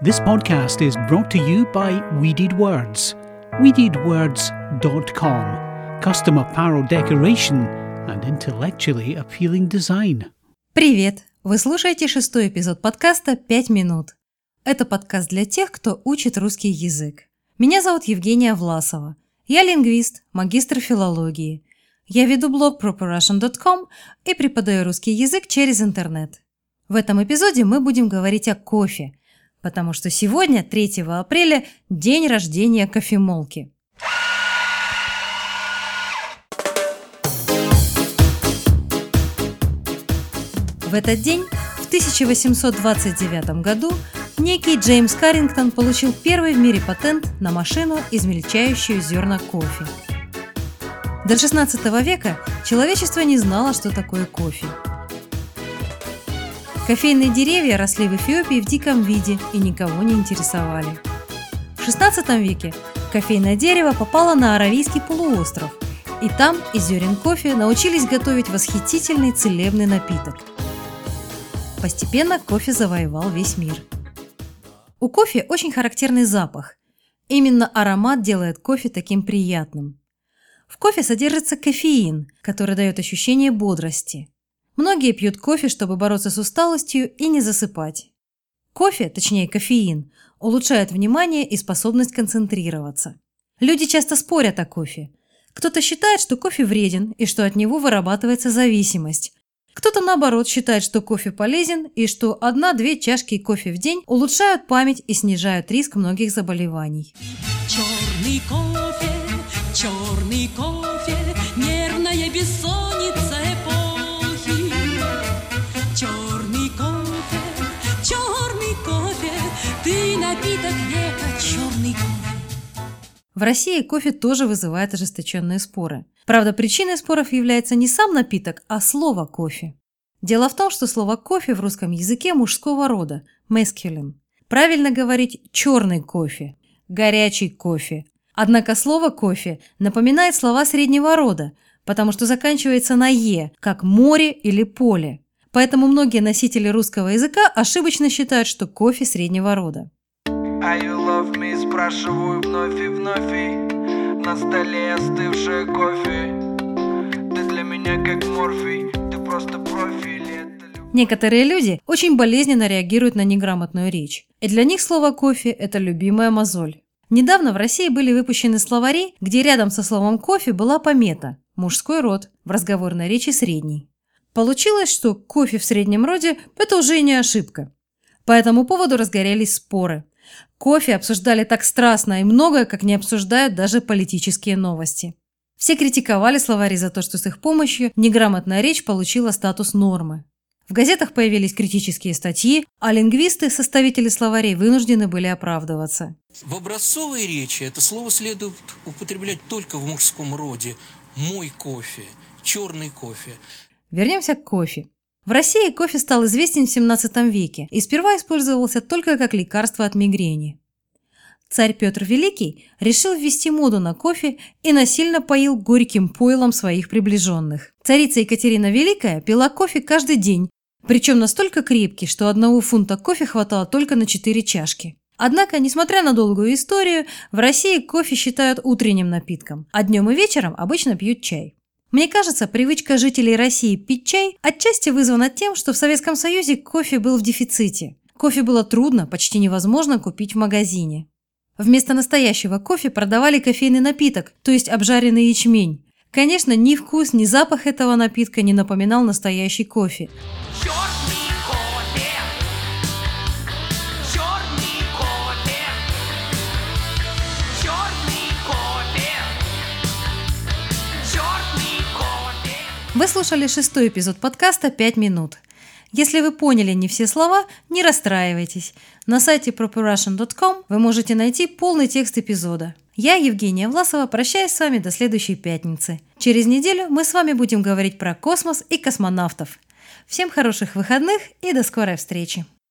This podcast is brought to you by Weeded Words. weededwords.com. Custom apparel decoration and intellectually appealing design. Привет! Вы слушаете 6-й эпизод подкаста «5 минут». Это подкаст для тех, кто учит русский язык. Меня зовут Евгения Власова. Я лингвист, магистр филологии. Я веду блог properrussian.com и преподаю русский язык через интернет. В этом эпизоде мы будем говорить о кофе, потому что сегодня, 3 апреля, день рождения кофемолки. В этот день, в 1829 году, некий Джеймс Каррингтон получил первый в мире патент на машину, измельчающую зерна кофе. До XVI века человечество не знало, что такое кофе. Кофейные деревья росли в Эфиопии в диком виде и никого не интересовали. В XVI веке кофейное дерево попало на Аравийский полуостров, и там из зерен кофе научились готовить восхитительный целебный напиток. Постепенно кофе завоевал весь мир. У кофе очень характерный запах. Именно аромат делает кофе таким приятным. В кофе содержится кофеин, который дает ощущение бодрости. Многие пьют кофе, чтобы бороться с усталостью и не засыпать. Кофе, точнее кофеин, улучшает внимание и способность концентрироваться. Люди часто спорят о кофе. Кто-то считает, что кофе вреден и что от него вырабатывается зависимость. Кто-то, наоборот, считает, что кофе полезен и что 1-2 чашки кофе в день улучшают память и снижают риск многих заболеваний. Черный кофе, нервная бессонница эпохи. Черный кофе, ты напиток века, черный кофе. В России кофе тоже вызывает ожесточенные споры. Правда, причиной споров является не сам напиток, а слово «кофе». Дело в том, что слово «кофе» в русском языке мужского рода – masculine. Правильно говорить «черный кофе», «горячий кофе». Однако слово «кофе» напоминает слова среднего рода, потому что заканчивается на «е», как «море» или «поле». Поэтому многие носители русского языка ошибочно считают, что кофе среднего рода. I you love me, спрашиваю вновь и вновь. На столе остывшее кофе. Ты для меня как морфий, ты просто профиль. Некоторые люди очень болезненно реагируют на неграмотную речь, и для них слово «кофе» – это любимая мозоль. Недавно в России были выпущены словари, где рядом со словом «кофе» была помета «мужской род», в разговорной речи средний. Получилось, что кофе в среднем роде – это уже не ошибка. По этому поводу разгорелись споры. Кофе обсуждали так страстно и много, как не обсуждают даже политические новости. Все критиковали словари за то, что с их помощью неграмотная речь получила статус нормы. В газетах появились критические статьи, а лингвисты, составители словарей, вынуждены были оправдываться. В образцовой речи это слово следует употреблять только в мужском роде. Мой кофе, черный кофе. Вернемся к кофе. В России кофе стал известен в XVII веке и сперва использовался только как лекарство от мигрени. Царь Петр Великий решил ввести моду на кофе и насильно поил горьким пойлом своих приближенных. Царица Екатерина Великая пила кофе каждый день, причем настолько крепкий, что 1 фунта кофе хватало только на 4 чашки. Однако, несмотря на долгую историю, в России кофе считают утренним напитком, а днем и вечером обычно пьют чай. Мне кажется, привычка жителей России пить чай отчасти вызвана тем, что в Советском Союзе кофе был в дефиците. Кофе было трудно, почти невозможно купить в магазине. Вместо настоящего кофе продавали кофейный напиток, то есть обжаренный ячмень. Конечно, ни вкус, ни запах этого напитка не напоминал настоящий кофе. Черный кофе, черный кофе, черный кофе, черный кофе. Вы слушали 6-й эпизод подкаста «5 минут». Если вы поняли не все слова, не расстраивайтесь. На сайте properrussian.com вы можете найти полный текст эпизода. Я, Евгения Власова, прощаюсь с вами до следующей пятницы. Через неделю мы с вами будем говорить про космос и космонавтов. Всем хороших выходных и до скорой встречи!